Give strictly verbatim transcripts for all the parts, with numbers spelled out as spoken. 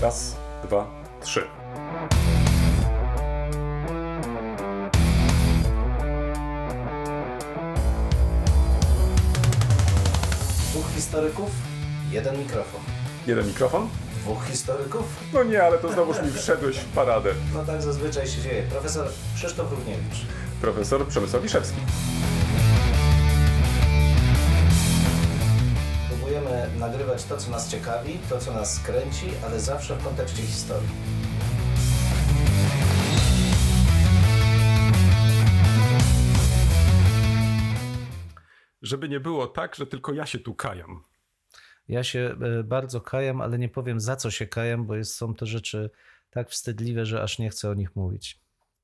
Raz, dwa, trzy. Dwóch historyków, jeden mikrofon. Jeden mikrofon? Dwóch historyków? No nie, ale to znowuż mi wszedłeś w paradę. No tak zazwyczaj się dzieje. Profesor Krzysztof Równiewicz. Profesor Przemysław Wiszewski. Próbujemy nagrywać to, co nas ciekawi, to, co nas kręci, ale zawsze w kontekście historii. Żeby nie było tak, że tylko ja się tu kajam. Ja się bardzo kajam, ale nie powiem, za co się kajam, bo jest, są to rzeczy tak wstydliwe, że aż nie chcę o nich mówić.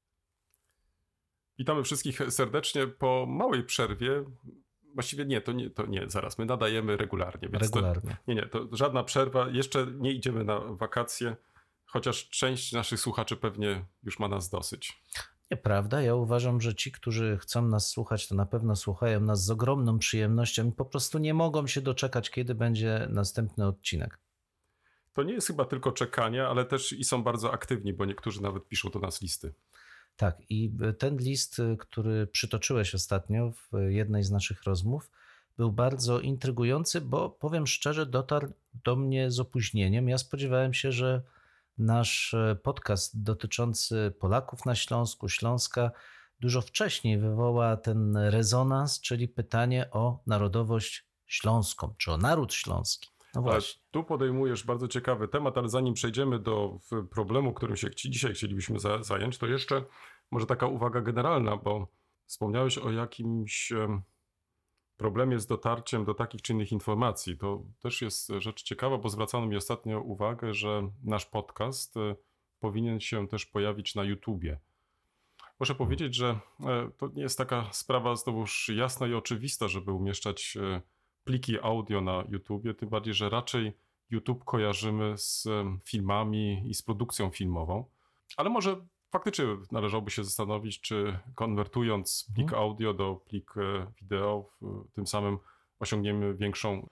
Witamy wszystkich serdecznie po małej przerwie. Właściwie nie, to nie, to nie, zaraz, my nadajemy regularnie. Więc Regularnie. To, nie, nie, to żadna przerwa, jeszcze nie idziemy na wakacje, chociaż część naszych słuchaczy pewnie już ma nas dosyć. Nieprawda, ja uważam, że ci, którzy chcą nas słuchać, to na pewno słuchają nas z ogromną przyjemnością i po prostu nie mogą się doczekać, kiedy będzie następny odcinek. To nie jest chyba tylko czekanie, ale też i są bardzo aktywni, bo niektórzy nawet piszą do nas listy. Tak, i ten list, który przytoczyłeś ostatnio w jednej z naszych rozmów, był bardzo intrygujący, bo powiem szczerze, dotarł do mnie z opóźnieniem. Ja spodziewałem się, że nasz podcast dotyczący Polaków na Śląsku, Śląska, dużo wcześniej wywoła ten rezonans, czyli pytanie o narodowość śląską, czy o naród śląski. No właśnie. Tu podejmujesz bardzo ciekawy temat, ale zanim przejdziemy do problemu, którym się dzisiaj chcielibyśmy za, zająć, to jeszcze może taka uwaga generalna, bo wspomniałeś o jakimś problemie z dotarciem do takich czy innych informacji. To też jest rzecz ciekawa, bo zwracano mi ostatnio uwagę, że nasz podcast powinien się też pojawić na YouTubie. Muszę powiedzieć, że to nie jest taka sprawa znowuż jasna i oczywista, żeby umieszczać pliki audio na YouTubie, tym bardziej, że raczej YouTube kojarzymy z filmami i z produkcją filmową, ale może faktycznie należałoby się zastanowić, czy konwertując plik audio do plik wideo, tym samym osiągniemy większą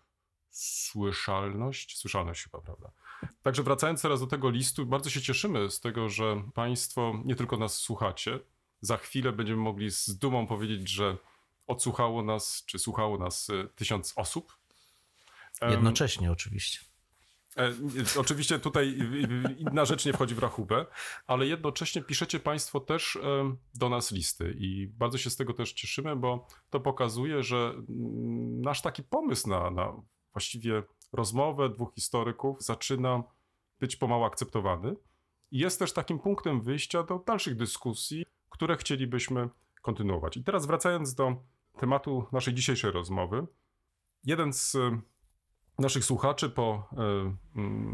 słyszalność, słyszalność chyba, prawda? Także wracając teraz do tego listu, bardzo się cieszymy z tego, że Państwo nie tylko nas słuchacie, za chwilę będziemy mogli z dumą powiedzieć, że odsłuchało nas, czy słuchało nas tysiąc osób. Jednocześnie um, oczywiście. E, oczywiście tutaj inna rzecz nie wchodzi w rachubę, ale jednocześnie piszecie Państwo też e, do nas listy i bardzo się z tego też cieszymy, bo to pokazuje, że nasz taki pomysł na, na właściwie rozmowę dwóch historyków zaczyna być pomału akceptowany i jest też takim punktem wyjścia do dalszych dyskusji, które chcielibyśmy kontynuować. I teraz wracając do tematu naszej dzisiejszej rozmowy, jeden z naszych słuchaczy po y, y,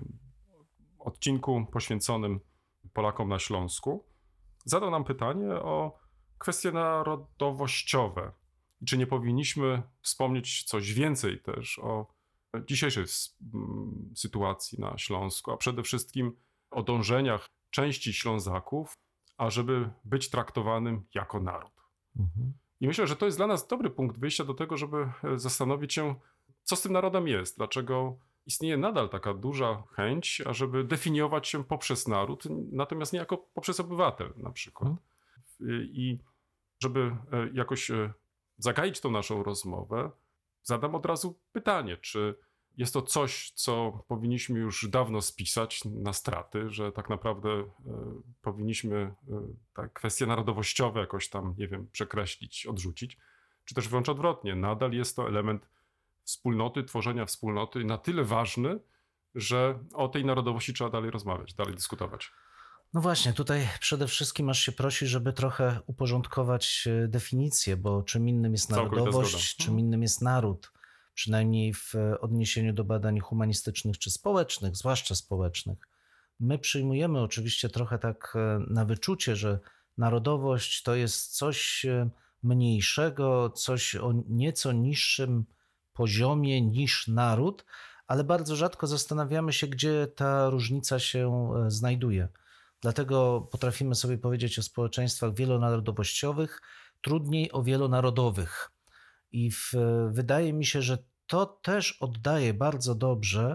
odcinku poświęconym Polakom na Śląsku zadał nam pytanie o kwestie narodowościowe. Czy nie powinniśmy wspomnieć coś więcej też o dzisiejszej y, sytuacji na Śląsku, a przede wszystkim o dążeniach części Ślązaków, ażeby być traktowanym jako naród. Mhm. I myślę, że to jest dla nas dobry punkt wyjścia do tego, żeby zastanowić się, co z tym narodem jest, dlaczego istnieje nadal taka duża chęć, ażeby definiować się poprzez naród, natomiast nie jako poprzez obywatel na przykład. Mhm. I żeby jakoś zagaić tą naszą rozmowę, zadam od razu pytanie, czy jest to coś, co powinniśmy już dawno spisać na straty, że tak naprawdę y, powinniśmy y, te kwestie narodowościowe jakoś tam, nie wiem, przekreślić, odrzucić, czy też wręcz odwrotnie. Nadal jest to element wspólnoty, tworzenia wspólnoty na tyle ważny, że o tej narodowości trzeba dalej rozmawiać, dalej dyskutować. No właśnie, tutaj przede wszystkim aż się prosi, żeby trochę uporządkować definicję, bo czym innym jest narodowość, czym innym jest naród. Przynajmniej w odniesieniu do badań humanistycznych czy społecznych, zwłaszcza społecznych. My przyjmujemy oczywiście trochę tak na wyczucie, że narodowość to jest coś mniejszego, coś o nieco niższym poziomie niż naród, ale bardzo rzadko zastanawiamy się, gdzie ta różnica się znajduje. Dlatego potrafimy sobie powiedzieć o społeczeństwach wielonarodowościowych, trudniej o wielonarodowych. I w, wydaje mi się, że to też oddaje bardzo dobrze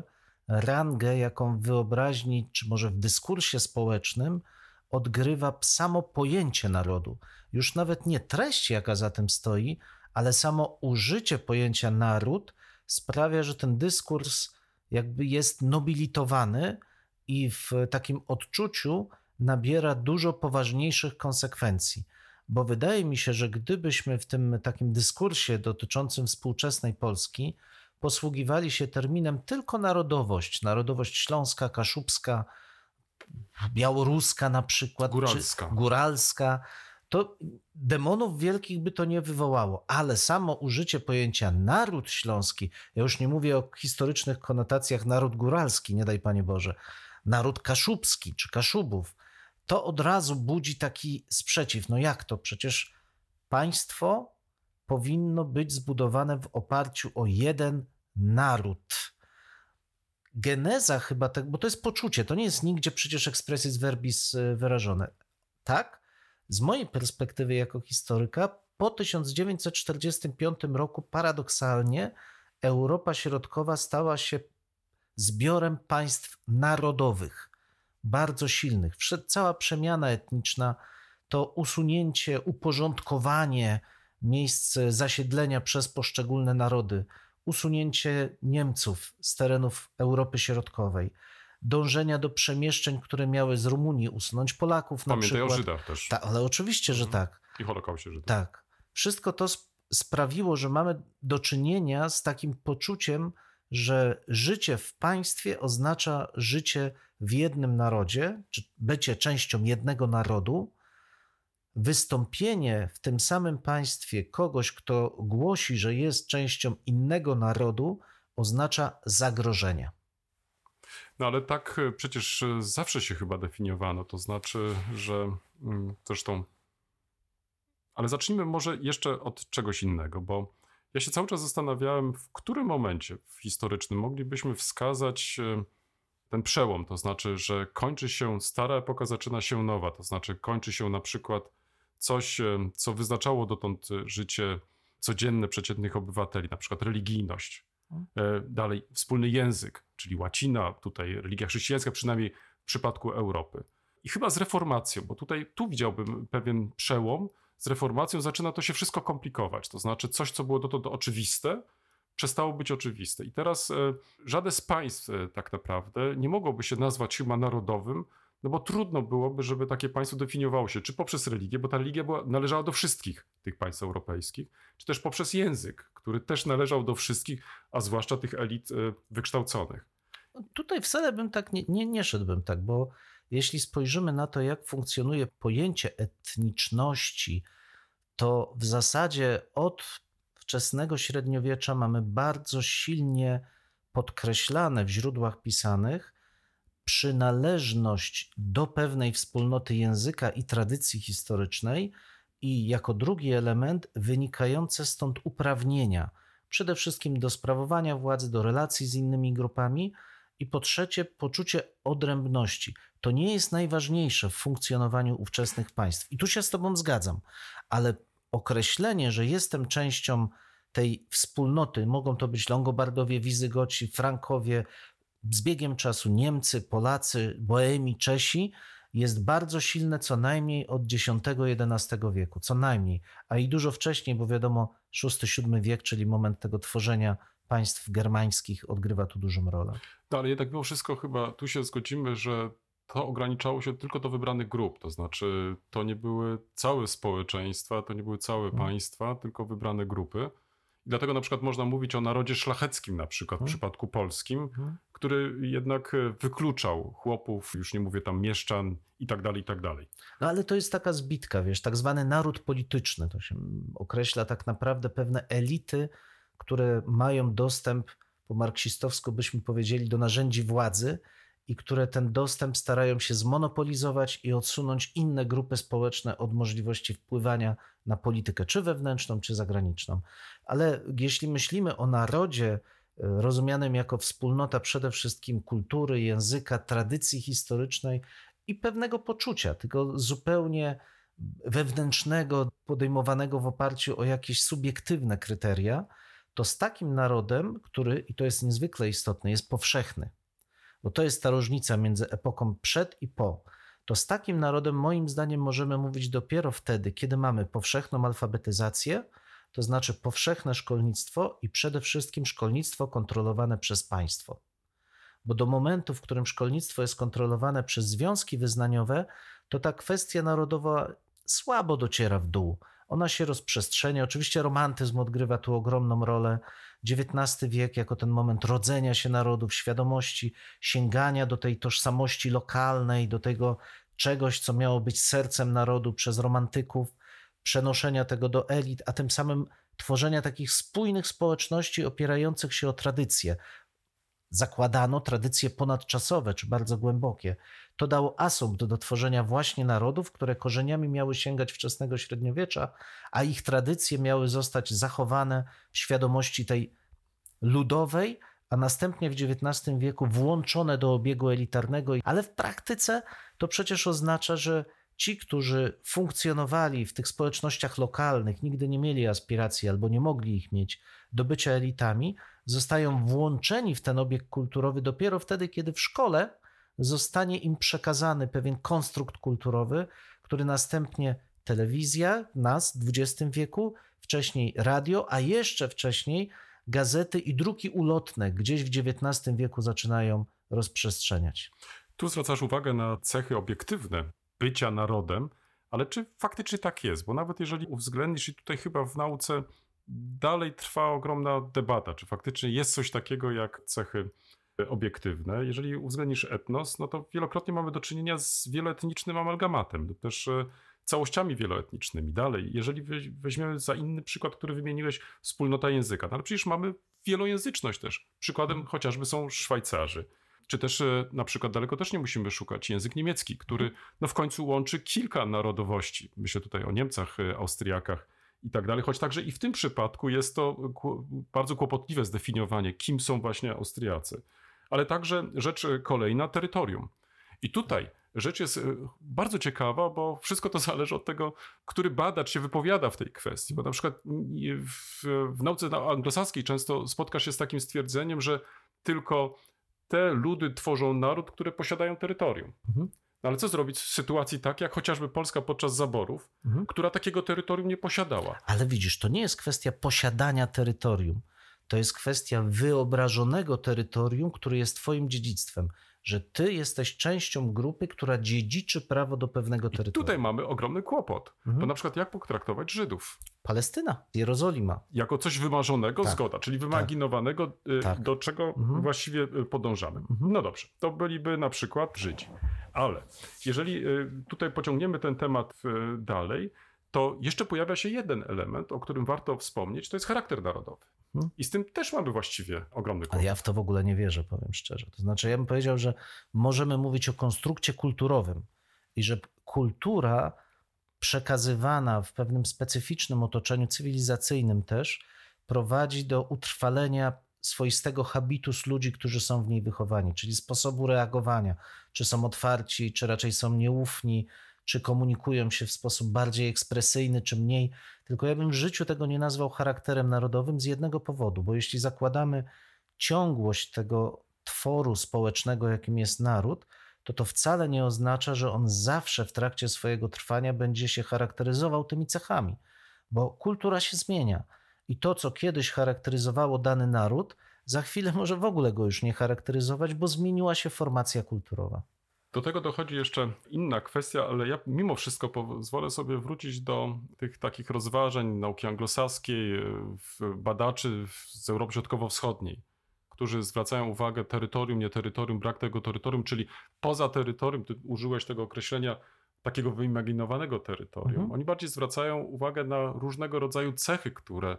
rangę, jaką w wyobraźni, czy może w dyskursie społecznym odgrywa samo pojęcie narodu. Już nawet nie treść, jaka za tym stoi, ale samo użycie pojęcia naród sprawia, że ten dyskurs jakby jest nobilitowany i w takim odczuciu nabiera dużo poważniejszych konsekwencji. Bo wydaje mi się, że gdybyśmy w tym takim dyskursie dotyczącym współczesnej Polski posługiwali się terminem tylko narodowość, narodowość śląska, kaszubska, białoruska na przykład, góralska. czy góralska, to demonów wielkich by to nie wywołało, ale samo użycie pojęcia naród śląski, ja już nie mówię o historycznych konotacjach naród góralski, nie daj Panie Boże, naród kaszubski czy Kaszubów, to od razu budzi taki sprzeciw. No jak to? Przecież państwo powinno być zbudowane w oparciu o jeden naród. Geneza chyba tak, bo to jest poczucie, to nie jest nigdzie przecież expressis verbis wyrażone. Tak? Z mojej perspektywy jako historyka po tysiąc dziewięćset czterdziestym piątym roku paradoksalnie Europa Środkowa stała się zbiorem państw narodowych, bardzo silnych. Cała przemiana etniczna, to usunięcie, uporządkowanie miejsc zasiedlenia przez poszczególne narody, usunięcie Niemców z terenów Europy Środkowej, dążenia do przemieszczeń, które miały z Rumunii usunąć Polaków na Pamiętaj przykład. o Żydach też. Ta, ale oczywiście, że tak. I Holokauście Żydów. Tak. Wszystko to sp- sprawiło, że mamy do czynienia z takim poczuciem, że życie w państwie oznacza życie w jednym narodzie, czy bycie częścią jednego narodu. Wystąpienie w tym samym państwie kogoś, kto głosi, że jest częścią innego narodu, oznacza zagrożenie. No ale tak przecież zawsze się chyba definiowano, to znaczy, że zresztą... Ale zacznijmy może jeszcze od czegoś innego, bo ja się cały czas zastanawiałem, w którym momencie historycznym moglibyśmy wskazać ten przełom, to znaczy, że kończy się stara epoka, zaczyna się nowa, to znaczy kończy się na przykład coś, co wyznaczało dotąd życie codzienne przeciętnych obywateli, na przykład religijność. Dalej wspólny język, czyli łacina, tutaj religia chrześcijańska, przynajmniej w przypadku Europy. I chyba z reformacją, bo tutaj tu widziałbym pewien przełom, z reformacją zaczyna to się wszystko komplikować, to znaczy coś, co było dotąd oczywiste, przestało być oczywiste. I teraz e, żadne z państw e, tak naprawdę nie mogłoby się nazwać chyba narodowym, no bo trudno byłoby, żeby takie państwo definiowało się, czy poprzez religię, bo ta religia była, należała do wszystkich tych państw europejskich, czy też poprzez język, który też należał do wszystkich, a zwłaszcza tych elit e, wykształconych. Tutaj wcale bym tak nie, nie, nie szedłbym tak, bo jeśli spojrzymy na to, jak funkcjonuje pojęcie etniczności, to w zasadzie od wczesnego średniowiecza mamy bardzo silnie podkreślane w źródłach pisanych przynależność do pewnej wspólnoty języka i tradycji historycznej i jako drugi element wynikające stąd uprawnienia, przede wszystkim do sprawowania władzy, do relacji z innymi grupami i po trzecie poczucie odrębności. To nie jest najważniejsze w funkcjonowaniu ówczesnych państw. I tu się z Tobą zgadzam, ale określenie, że jestem częścią tej wspólnoty, mogą to być Longobardowie, Wizygoci, Frankowie, z biegiem czasu Niemcy, Polacy, Boemi, Czesi, jest bardzo silne co najmniej od dziesiątego jedenastego wieku, co najmniej, a i dużo wcześniej, bo wiadomo, szósty siódmy wiek, czyli moment tego tworzenia państw germańskich, odgrywa tu dużą rolę. No ale jednak mimo wszystko chyba tu się zgodzimy, że to ograniczało się tylko do wybranych grup, to znaczy to nie były całe społeczeństwa, to nie były całe hmm. państwa, tylko wybrane grupy. I dlatego na przykład można mówić o narodzie szlacheckim na przykład w hmm. przypadku polskim, hmm. który jednak wykluczał chłopów, już nie mówię tam mieszczan i tak dalej, i tak dalej. No ale to jest taka zbitka, wiesz, tak zwany naród polityczny, to się określa tak naprawdę pewne elity, które mają dostęp, po marksistowsku byśmy powiedzieli, do narzędzi władzy i które ten dostęp starają się zmonopolizować i odsunąć inne grupy społeczne od możliwości wpływania na politykę, czy wewnętrzną, czy zagraniczną. Ale jeśli myślimy o narodzie rozumianym jako wspólnota przede wszystkim kultury, języka, tradycji historycznej i pewnego poczucia, tylko zupełnie wewnętrznego, podejmowanego w oparciu o jakieś subiektywne kryteria, to z takim narodem, który, i to jest niezwykle istotne, jest powszechny. bo to jest ta różnica między epoką przed i po. To z takim narodem moim zdaniem możemy mówić dopiero wtedy, kiedy mamy powszechną alfabetyzację, to znaczy powszechne szkolnictwo i przede wszystkim szkolnictwo kontrolowane przez państwo. Bo do momentu, w którym szkolnictwo jest kontrolowane przez związki wyznaniowe, to ta kwestia narodowa słabo dociera w dół. Ona się rozprzestrzenia. Oczywiście romantyzm odgrywa tu ogromną rolę. dziewiętnasty wiek jako ten moment rodzenia się narodów, świadomości, sięgania do tej tożsamości lokalnej, do tego czegoś, co miało być sercem narodu przez romantyków, przenoszenia tego do elit, a tym samym tworzenia takich spójnych społeczności opierających się o tradycje. Zakładano tradycje ponadczasowe czy bardzo głębokie. To dało asumpt do tworzenia właśnie narodów, które korzeniami miały sięgać wczesnego średniowiecza, a ich tradycje miały zostać zachowane w świadomości tej ludowej, a następnie w dziewiętnastym wieku włączone do obiegu elitarnego. Ale w praktyce to przecież oznacza, że ci, którzy funkcjonowali w tych społecznościach lokalnych, nigdy nie mieli aspiracji albo nie mogli ich mieć do bycia elitami, zostają włączeni w ten obieg kulturowy dopiero wtedy, kiedy w szkole zostanie im przekazany pewien konstrukt kulturowy, który następnie telewizja, nas w dwudziestym wieku, wcześniej radio, a jeszcze wcześniej gazety i druki ulotne gdzieś w dziewiętnastym wieku zaczynają rozprzestrzeniać. Tu zwracasz uwagę na cechy obiektywne bycia narodem, ale czy faktycznie tak jest? Bo nawet jeżeli uwzględnisz, i tutaj chyba w nauce dalej trwa ogromna debata, czy faktycznie jest coś takiego jak cechy obiektywne. Jeżeli uwzględnisz etnos, no to wielokrotnie mamy do czynienia z wieloetnicznym amalgamatem lub też całościami wieloetnicznymi. Dalej, jeżeli weźmiemy za inny przykład, który wymieniłeś, wspólnota języka, no ale przecież mamy wielojęzyczność też. Przykładem chociażby są Szwajcarzy. Czy też na przykład daleko też nie musimy szukać język niemiecki, który no w końcu łączy kilka narodowości. Myślę tutaj o Niemcach, Austriakach i tak dalej, choć także i w tym przypadku jest to bardzo kłopotliwe zdefiniowanie, kim są właśnie Austriacy. Ale także rzecz kolejna, terytorium. I tutaj rzecz jest bardzo ciekawa, bo wszystko to zależy od tego, który badacz się wypowiada w tej kwestii. Bo na przykład w, w nauce anglosaskiej często spotkasz się z takim stwierdzeniem, że tylko te ludy tworzą naród, które posiadają terytorium. Mhm. No ale co zrobić w sytuacji tak, jak chociażby Polska podczas zaborów, mhm. która takiego terytorium nie posiadała? Ale widzisz, to nie jest kwestia posiadania terytorium. To jest kwestia wyobrażonego terytorium, które jest twoim dziedzictwem. Że ty jesteś częścią grupy, która dziedziczy prawo do pewnego I terytorium. Tutaj mamy ogromny kłopot. Mhm. Bo na przykład jak potraktować Żydów? Palestyna, Jerozolima. Jako coś wymarzonego, tak. zgoda, czyli wymaginowanego, tak. do czego mhm. właściwie podążamy. Mhm. No dobrze, to byliby na przykład Żydzi. Ale jeżeli tutaj pociągniemy ten temat dalej, to jeszcze pojawia się jeden element, o którym warto wspomnieć, to jest charakter narodowy. Hmm. I z tym też mamy właściwie ogromny kłopot. Ale ja w to w ogóle nie wierzę, powiem szczerze. To znaczy ja bym powiedział, że możemy mówić o konstrukcie kulturowym i że kultura przekazywana w pewnym specyficznym otoczeniu cywilizacyjnym też prowadzi do utrwalenia swoistego habitus ludzi, którzy są w niej wychowani, czyli sposobu reagowania, czy są otwarci, czy raczej są nieufni, czy komunikują się w sposób bardziej ekspresyjny, czy mniej. Tylko ja bym w życiu tego nie nazwał charakterem narodowym z jednego powodu, bo jeśli zakładamy ciągłość tego tworu społecznego, jakim jest naród, to to wcale nie oznacza, że on zawsze w trakcie swojego trwania będzie się charakteryzował tymi cechami, bo kultura się zmienia i to, co kiedyś charakteryzowało dany naród, za chwilę może w ogóle go już nie charakteryzować, bo zmieniła się formacja kulturowa. Do tego dochodzi jeszcze inna kwestia, ale ja mimo wszystko pozwolę sobie wrócić do tych takich rozważań nauki anglosaskiej, badaczy z Europy Środkowo-Wschodniej, którzy zwracają uwagę terytorium, nie terytorium, brak tego terytorium, czyli poza terytorium, ty użyłeś tego określenia takiego wyimaginowanego terytorium. Mhm. Oni bardziej zwracają uwagę na różnego rodzaju cechy, które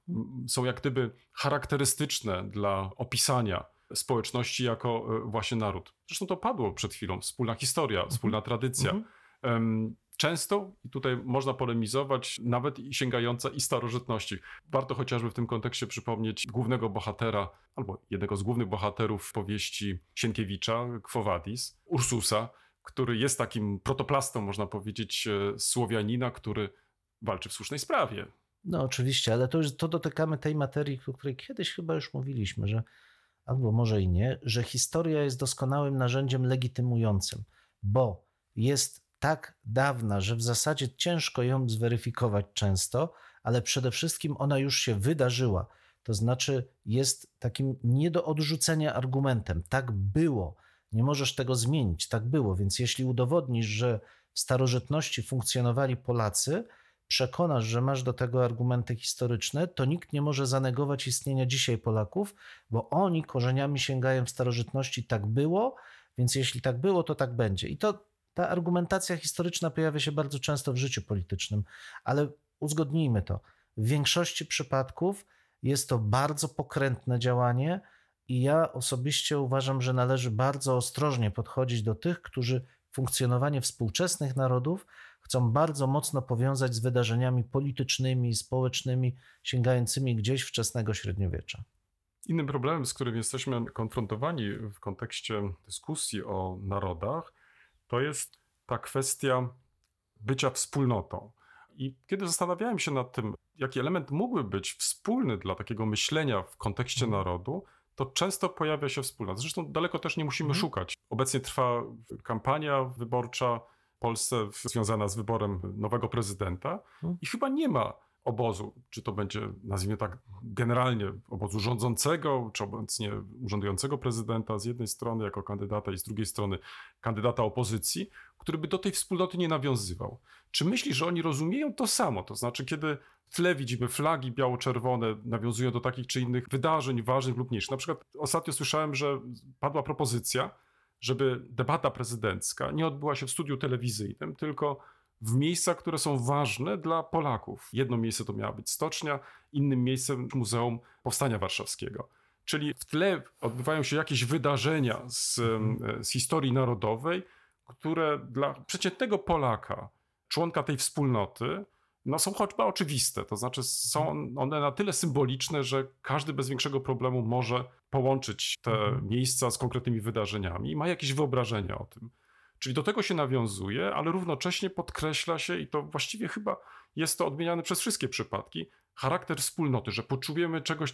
są jak gdyby charakterystyczne dla opisania społeczności jako właśnie naród. Zresztą to padło przed chwilą. Wspólna historia, mhm. wspólna tradycja. Mhm. Często, i tutaj można polemizować, nawet sięgająca i starożytności. Warto chociażby w tym kontekście przypomnieć głównego bohatera, albo jednego z głównych bohaterów powieści Sienkiewicza, Quo Vadis, Ursusa, który jest takim protoplastą, można powiedzieć, Słowianina, który walczy w słusznej sprawie. No oczywiście, ale to już to dotykamy tej materii, o której kiedyś chyba już mówiliśmy, że albo może i nie, że historia jest doskonałym narzędziem legitymującym, bo jest tak dawna, że w zasadzie ciężko ją zweryfikować często, ale przede wszystkim ona już się wydarzyła. To znaczy jest takim nie do odrzucenia argumentem. Tak było. Nie możesz tego zmienić. Tak było. Więc jeśli udowodnisz, że w starożytności funkcjonowali Polacy, przekonasz, że masz do tego argumenty historyczne, to nikt nie może zanegować istnienia dzisiaj Polaków, bo oni korzeniami sięgają w starożytności. Tak było, więc jeśli tak było, to tak będzie. I to ta argumentacja historyczna pojawia się bardzo często w życiu politycznym, ale uzgodnijmy to. W większości przypadków jest to bardzo pokrętne działanie i ja osobiście uważam, że należy bardzo ostrożnie podchodzić do tych, którzy funkcjonowanie współczesnych narodów chcą bardzo mocno powiązać z wydarzeniami politycznymi i społecznymi sięgającymi gdzieś wczesnego średniowiecza. Innym problemem, z którym jesteśmy konfrontowani w kontekście dyskusji o narodach, to jest ta kwestia bycia wspólnotą. I kiedy zastanawiałem się nad tym, jaki element mógłby być wspólny dla takiego myślenia w kontekście narodu, to często pojawia się wspólnota. Zresztą daleko też nie musimy Mhm. szukać. Obecnie trwa kampania wyborcza w Polsce związana z wyborem nowego prezydenta i chyba nie ma obozu, czy to będzie, nazwijmy tak, generalnie obozu rządzącego, czy obecnie urzędującego prezydenta z jednej strony jako kandydata i z drugiej strony kandydata opozycji, który by do tej wspólnoty nie nawiązywał. Czy myślisz, że oni rozumieją to samo? To znaczy, kiedy w tle widzimy flagi biało-czerwone, nawiązują do takich czy innych wydarzeń ważnych lub mniejszych. Na przykład ostatnio słyszałem, że padła propozycja, żeby debata prezydencka nie odbyła się w studiu telewizyjnym, tylko w miejscach, które są ważne dla Polaków. Jedno miejsce to miała być stocznia, innym miejscem Muzeum Powstania Warszawskiego. Czyli w tle odbywają się jakieś wydarzenia z, z historii narodowej, które dla przeciętnego Polaka, członka tej wspólnoty, no są choćby oczywiste. To znaczy są one na tyle symboliczne, że każdy bez większego problemu może połączyć te miejsca z konkretnymi wydarzeniami i ma jakieś wyobrażenia o tym. Czyli do tego się nawiązuje, ale równocześnie podkreśla się, i to właściwie chyba jest to odmieniane przez wszystkie przypadki, charakter wspólnoty, że poczujemy czegoś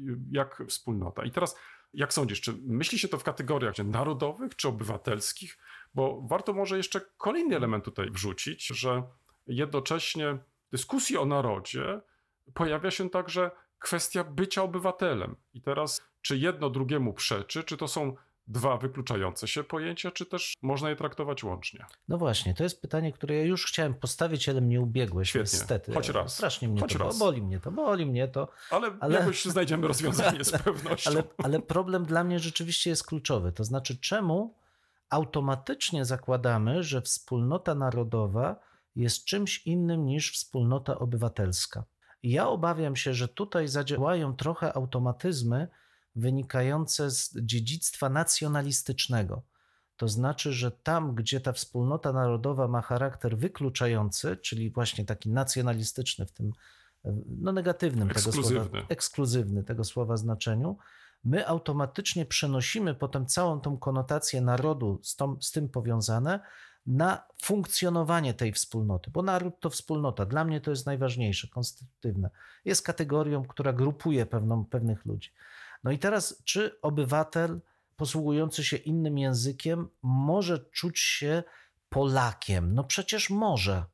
jak wspólnota. I teraz, jak sądzisz, czy myśli się to w kategoriach narodowych czy obywatelskich? Bo warto może jeszcze kolejny element tutaj wrzucić, że jednocześnie w dyskusji o narodzie pojawia się także kwestia bycia obywatelem. I teraz, czy jedno drugiemu przeczy, czy to są dwa wykluczające się pojęcia, czy też można je traktować łącznie? No właśnie, to jest pytanie, które ja już chciałem postawić, ale mnie ubiegłeś. Świetnie. Niestety. Choć raz. Strasznie mnie Choć to raz. boli, mnie to boli, mnie to. Ale, Ale- jakoś znajdziemy rozwiązanie z pewnością. Ale, ale problem dla mnie rzeczywiście jest kluczowy. To znaczy, czemu automatycznie zakładamy, że wspólnota narodowa jest czymś innym niż wspólnota obywatelska? I ja obawiam się, że tutaj zadziałają trochę automatyzmy wynikające z dziedzictwa nacjonalistycznego. To znaczy, że tam, gdzie ta wspólnota narodowa ma charakter wykluczający, czyli właśnie taki nacjonalistyczny w tym no, negatywnym tego Ekskluzywny. słowa, ekskluzywny tego słowa znaczeniu, my automatycznie przenosimy potem całą tą konotację narodu z, tą, z tym powiązane na funkcjonowanie tej wspólnoty, bo naród to wspólnota. Dla mnie to jest najważniejsze, konstytutywne. Jest kategorią, która grupuje pewną, pewnych ludzi. No i teraz, czy obywatel posługujący się innym językiem może czuć się Polakiem? No przecież może.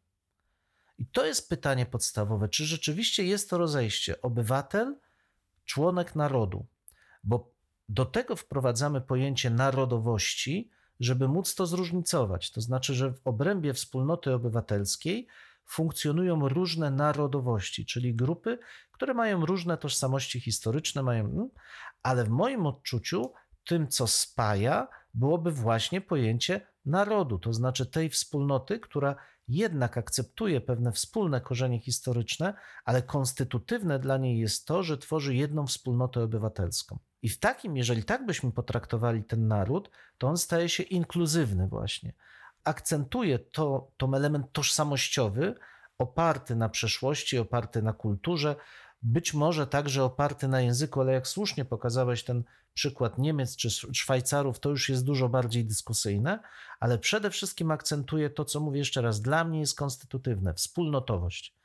I to jest pytanie podstawowe. Czy rzeczywiście jest to rozejście obywatel, członek narodu? Bo do tego wprowadzamy pojęcie narodowości, żeby móc to zróżnicować. To znaczy, że w obrębie wspólnoty obywatelskiej funkcjonują różne narodowości, czyli grupy, które mają różne tożsamości historyczne, mają, ale w moim odczuciu tym, co spaja, byłoby właśnie pojęcie narodu, to znaczy tej wspólnoty, która jednak akceptuje pewne wspólne korzenie historyczne, ale konstytutywne dla niej jest to, że tworzy jedną wspólnotę obywatelską. I w takim, jeżeli tak byśmy potraktowali ten naród, to on staje się inkluzywny właśnie. Akcentuje to, to element tożsamościowy, oparty na przeszłości, oparty na kulturze, być może także oparty na języku, ale jak słusznie pokazałeś ten przykład Niemiec czy Szwajcarów, to już jest dużo bardziej dyskusyjne, ale przede wszystkim akcentuje to, co mówię jeszcze raz, dla mnie jest konstytutywne, wspólnotowość.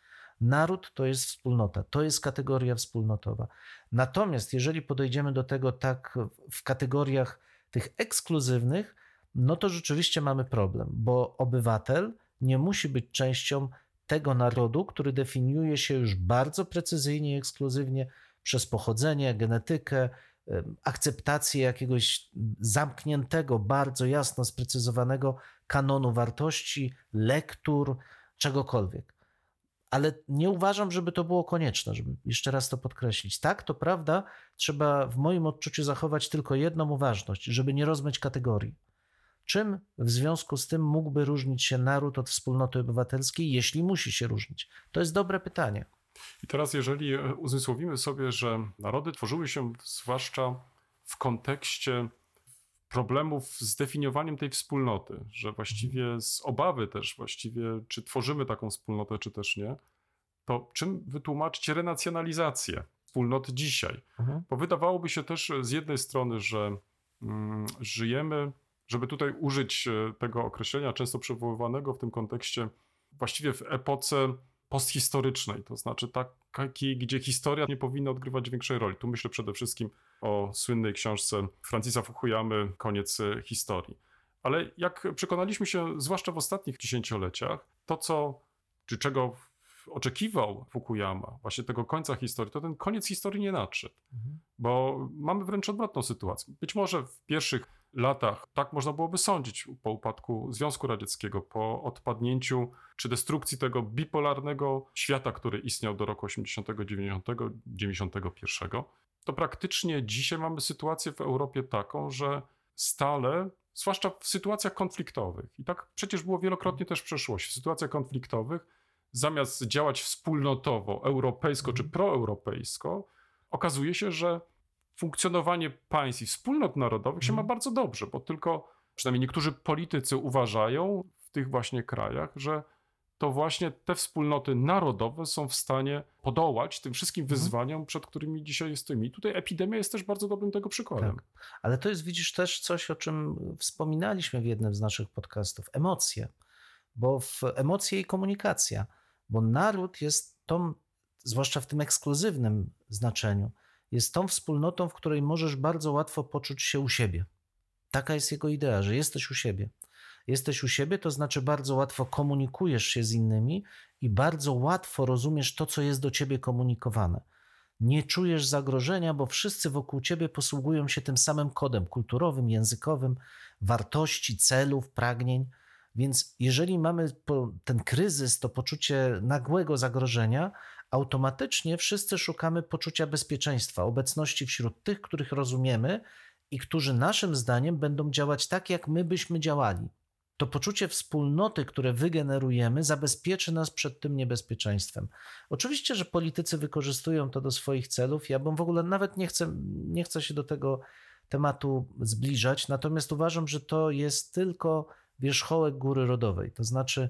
Naród to jest wspólnota, to jest kategoria wspólnotowa. Natomiast jeżeli podejdziemy do tego tak w kategoriach tych ekskluzywnych, no to rzeczywiście mamy problem, bo obywatel nie musi być częścią tego narodu, który definiuje się już bardzo precyzyjnie i ekskluzywnie przez pochodzenie, genetykę, akceptację jakiegoś zamkniętego, bardzo jasno sprecyzowanego kanonu wartości, lektur, czegokolwiek. Ale nie uważam, żeby to było konieczne, żeby jeszcze raz to podkreślić. Tak, to prawda, trzeba w moim odczuciu zachować tylko jedną uważność, żeby nie rozmyć kategorii. Czym w związku z tym mógłby różnić się naród od wspólnoty obywatelskiej, jeśli musi się różnić? To jest dobre pytanie. I teraz jeżeli uzmysłowimy sobie, że narody tworzyły się zwłaszcza w kontekście problemów z definiowaniem tej wspólnoty, że właściwie z obawy też właściwie, czy tworzymy taką wspólnotę, czy też nie, to czym wytłumaczyć renacjonalizację wspólnoty dzisiaj? Mhm. Bo wydawałoby się też z jednej strony, że mm, żyjemy, żeby tutaj użyć tego określenia często przywoływanego w tym kontekście, właściwie w epoce posthistorycznej, to znaczy takiej, gdzie historia nie powinna odgrywać większej roli. Tu myślę przede wszystkim o słynnej książce Francisa Fukuyamy Koniec historii. Ale jak przekonaliśmy się, zwłaszcza w ostatnich dziesięcioleciach, to co, czy czego oczekiwał Fukuyama, właśnie tego końca historii, to ten koniec historii nie nadszedł. Mhm. Bo mamy wręcz odwrotną sytuację. Być może w pierwszych latach tak można byłoby sądzić po upadku Związku Radzieckiego, po odpadnięciu czy destrukcji tego bipolarnego świata, który istniał do roku osiemdziesiątego, dziewięćdziesiątego, dziewięćdziesiątego pierwszego. To praktycznie dzisiaj mamy sytuację w Europie taką, że stale, zwłaszcza w sytuacjach konfliktowych, i tak przecież było wielokrotnie też w przeszłości, w sytuacjach konfliktowych, zamiast działać wspólnotowo, europejsko czy proeuropejsko, okazuje się, że funkcjonowanie państw i wspólnot narodowych się ma bardzo dobrze, bo tylko przynajmniej niektórzy politycy uważają w tych właśnie krajach, że to właśnie te wspólnoty narodowe są w stanie podołać tym wszystkim wyzwaniom, przed którymi dzisiaj stoimy. I tutaj epidemia jest też bardzo dobrym tego przykładem. Tak. Ale to jest, widzisz, też coś, o czym wspominaliśmy w jednym z naszych podcastów. Emocje, bo w emocje i komunikacja, bo naród jest tą, zwłaszcza w tym ekskluzywnym znaczeniu, jest tą wspólnotą, w której możesz bardzo łatwo poczuć się u siebie. Taka jest jego idea, że jesteś u siebie. Jesteś u siebie, to znaczy bardzo łatwo komunikujesz się z innymi i bardzo łatwo rozumiesz to, co jest do ciebie komunikowane. Nie czujesz zagrożenia, bo wszyscy wokół ciebie posługują się tym samym kodem kulturowym, językowym, wartości, celów, pragnień. Więc jeżeli mamy ten kryzys, to poczucie nagłego zagrożenia, automatycznie wszyscy szukamy poczucia bezpieczeństwa, obecności wśród tych, których rozumiemy i którzy naszym zdaniem będą działać tak, jak my byśmy działali. To poczucie wspólnoty, które wygenerujemy, zabezpieczy nas przed tym niebezpieczeństwem. Oczywiście, że politycy wykorzystują to do swoich celów. Ja bym w ogóle nawet nie chcę, nie chcę się do tego tematu zbliżać, natomiast uważam, że to jest tylko wierzchołek góry rodowej. To znaczy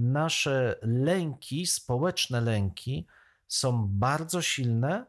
nasze lęki, społeczne lęki są bardzo silne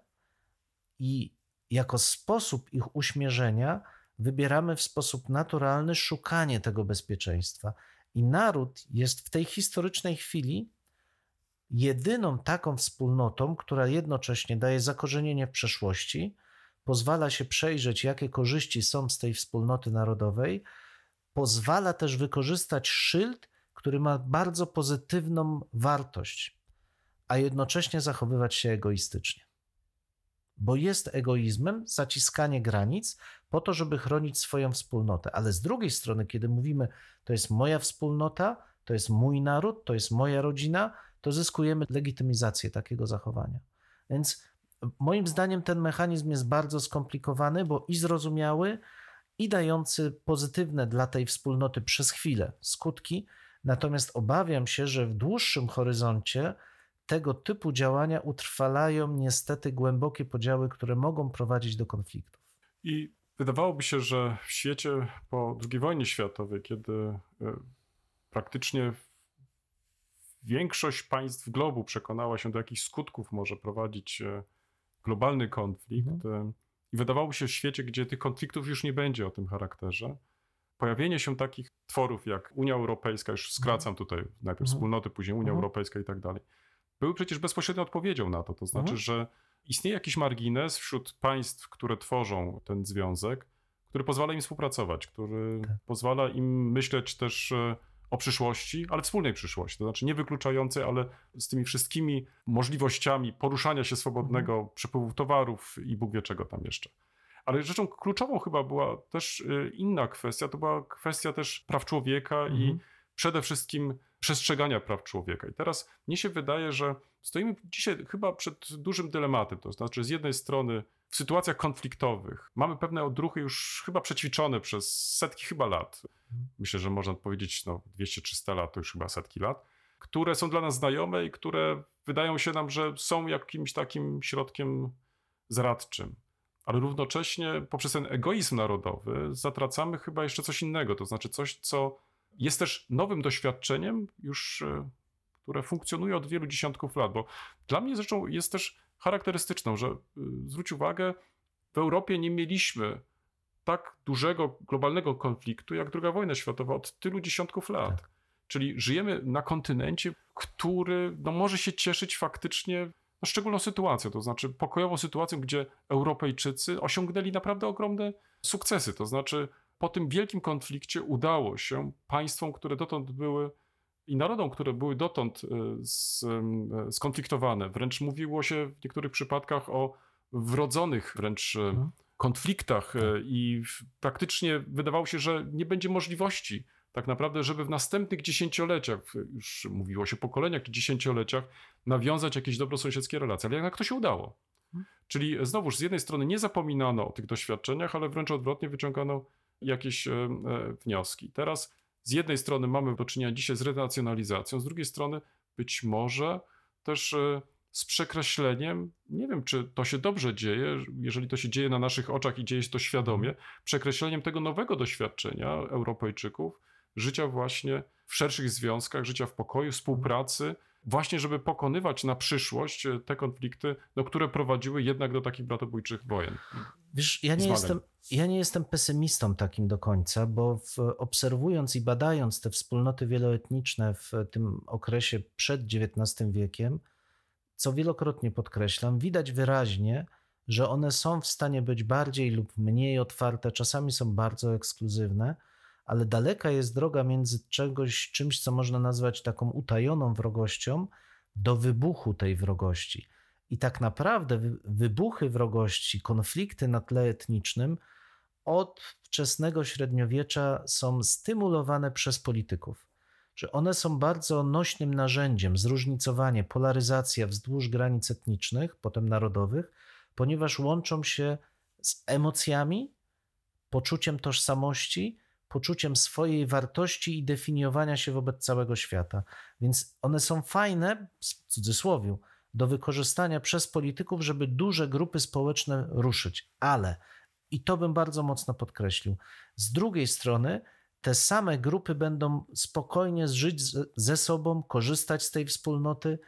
i jako sposób ich uśmierzenia wybieramy w sposób naturalny szukanie tego bezpieczeństwa. I naród jest w tej historycznej chwili jedyną taką wspólnotą, która jednocześnie daje zakorzenienie w przeszłości, pozwala się przejrzeć, jakie korzyści są z tej wspólnoty narodowej, pozwala też wykorzystać szyld, który ma bardzo pozytywną wartość, a jednocześnie zachowywać się egoistycznie. Bo jest egoizmem zaciskanie granic po to, żeby chronić swoją wspólnotę. Ale z drugiej strony, kiedy mówimy, to jest moja wspólnota, to jest mój naród, to jest moja rodzina, to zyskujemy legitymizację takiego zachowania. Więc moim zdaniem ten mechanizm jest bardzo skomplikowany, bo i zrozumiały, i dający pozytywne dla tej wspólnoty przez chwilę skutki. Natomiast obawiam się, że w dłuższym horyzoncie tego typu działania utrwalają niestety głębokie podziały, które mogą prowadzić do konfliktów. I wydawałoby się, że w świecie po drugiej wojnie światowej, kiedy praktycznie większość państw globu przekonała się, do jakich skutków może prowadzić globalny konflikt, mhm. i wydawałoby się w świecie, gdzie tych konfliktów już nie będzie o tym charakterze, pojawienie się takich tworów jak Unia Europejska, już skracam tutaj najpierw mhm. wspólnoty, później Unia mhm. Europejska i tak dalej, były przecież bezpośrednią odpowiedzią na to. To znaczy, Mhm. że istnieje jakiś margines wśród państw, które tworzą ten związek, który pozwala im współpracować, który Tak. pozwala im myśleć też e, o przyszłości, ale wspólnej przyszłości. To znaczy nie wykluczającej, ale z tymi wszystkimi możliwościami poruszania się swobodnego, Mhm. przepływu towarów i Bóg wie czego tam jeszcze. Ale rzeczą kluczową chyba była też e, inna kwestia, to była kwestia też praw człowieka i Mhm. przede wszystkim przestrzegania praw człowieka. I teraz mnie się wydaje, że stoimy dzisiaj chyba przed dużym dylematem. To znaczy, z jednej strony w sytuacjach konfliktowych mamy pewne odruchy już chyba przećwiczone przez setki chyba lat. Myślę, że można powiedzieć no, dwieście trzysta lat, to już chyba setki lat, które są dla nas znajome i które wydają się nam, że są jakimś takim środkiem zaradczym. Ale równocześnie poprzez ten egoizm narodowy zatracamy chyba jeszcze coś innego. To znaczy coś, co jest też nowym doświadczeniem już, e, które funkcjonuje od wielu dziesiątków lat, bo dla mnie zresztą jest też charakterystyczną, że y, zwróć uwagę, w Europie nie mieliśmy tak dużego globalnego konfliktu jak druga wojna światowa od tylu dziesiątków lat. Tak. Czyli żyjemy na kontynencie, który no, może się cieszyć faktycznie no, szczególną sytuacją, to znaczy pokojową sytuacją, gdzie Europejczycy osiągnęli naprawdę ogromne sukcesy. To znaczy po tym wielkim konflikcie udało się państwom, które dotąd były i narodom, które były dotąd z, skonfliktowane, wręcz mówiło się w niektórych przypadkach o wrodzonych wręcz Mhm. konfliktach i praktycznie wydawało się, że nie będzie możliwości tak naprawdę, żeby w następnych dziesięcioleciach, już mówiło się pokoleniach czy dziesięcioleciach, nawiązać jakieś dobrosąsiedzkie relacje. Ale jednak to się udało. Czyli znowuż z jednej strony nie zapominano o tych doświadczeniach, ale wręcz odwrotnie wyciągano jakieś e, e, wnioski. Teraz z jednej strony mamy do czynienia dzisiaj z renacjonalizacją, z drugiej strony być może też e, z przekreśleniem, nie wiem czy to się dobrze dzieje, jeżeli to się dzieje na naszych oczach i dzieje się to świadomie, przekreśleniem tego nowego doświadczenia Europejczyków, życia właśnie w szerszych związkach, życia w pokoju, współpracy, właśnie żeby pokonywać na przyszłość te konflikty, no, które prowadziły jednak do takich bratobójczych wojen. Wiesz, ja nie, Zmagań. jestem, ja nie jestem pesymistą takim do końca, bo w, obserwując i badając te wspólnoty wieloetniczne w tym okresie przed dziewiętnastym wiekiem, co wielokrotnie podkreślam, widać wyraźnie, że one są w stanie być bardziej lub mniej otwarte, czasami są bardzo ekskluzywne, ale daleka jest droga między czegoś, czymś, co można nazwać taką utajoną wrogością, do wybuchu tej wrogości. I tak naprawdę wy- wybuchy wrogości, konflikty na tle etnicznym od wczesnego średniowiecza są stymulowane przez polityków. Że one są bardzo nośnym narzędziem, zróżnicowanie, polaryzacja wzdłuż granic etnicznych, potem narodowych, ponieważ łączą się z emocjami, poczuciem tożsamości, poczuciem swojej wartości i definiowania się wobec całego świata. Więc one są fajne, w cudzysłowie, do wykorzystania przez polityków, żeby duże grupy społeczne ruszyć. Ale, i to bym bardzo mocno podkreślił, z drugiej strony te same grupy będą spokojnie żyć ze sobą, korzystać z tej wspólnoty,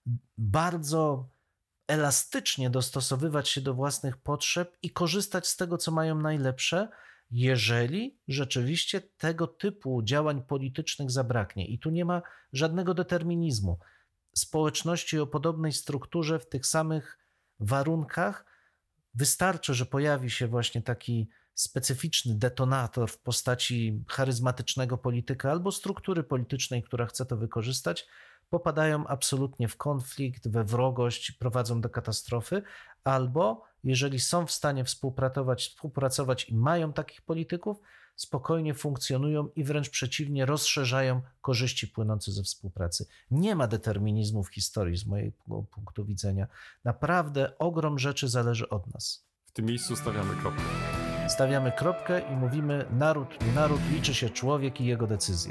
bardzo elastycznie dostosowywać się do własnych potrzeb i korzystać z tego, co mają najlepsze, jeżeli rzeczywiście tego typu działań politycznych zabraknie. I tu nie ma żadnego determinizmu. Społeczności o podobnej strukturze, w tych samych warunkach, wystarczy, że pojawi się właśnie taki specyficzny detonator w postaci charyzmatycznego polityka albo struktury politycznej, która chce to wykorzystać, popadają absolutnie w konflikt, we wrogość, prowadzą do katastrofy, albo jeżeli są w stanie współpracować, współpracować i mają takich polityków, spokojnie funkcjonują i wręcz przeciwnie, rozszerzają korzyści płynące ze współpracy. Nie ma determinizmu w historii z mojego punktu widzenia. Naprawdę ogrom rzeczy zależy od nas. W tym miejscu stawiamy kropkę. Stawiamy kropkę i mówimy naród, nie naród, liczy się człowiek i jego decyzje.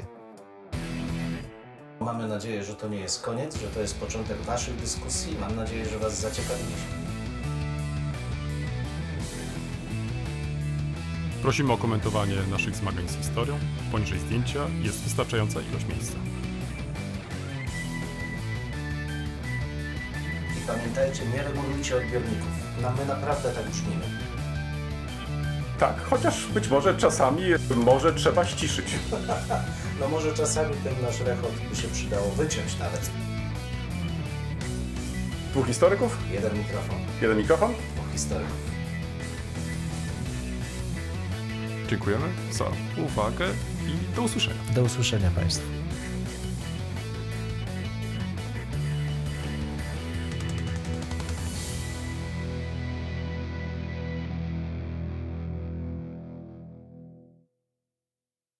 Mamy nadzieję, że to nie jest koniec, że to jest początek Waszych dyskusji. Mam nadzieję, że Was zaciekawiliśmy. Prosimy o komentowanie naszych zmagań z historią. Poniżej zdjęcia jest wystarczająca ilość miejsca. I pamiętajcie, nie regulujcie odbiorników. No, my naprawdę tak brzmimy. Tak, chociaż być może czasami może trzeba ściszyć. No może czasami ten nasz rechot by się przydało wyciąć nawet. Dwóch historyków? Jeden mikrofon. Jeden mikrofon? Dwóch historyków. Dziękujemy za uwagę i do usłyszenia. Do usłyszenia Państwu.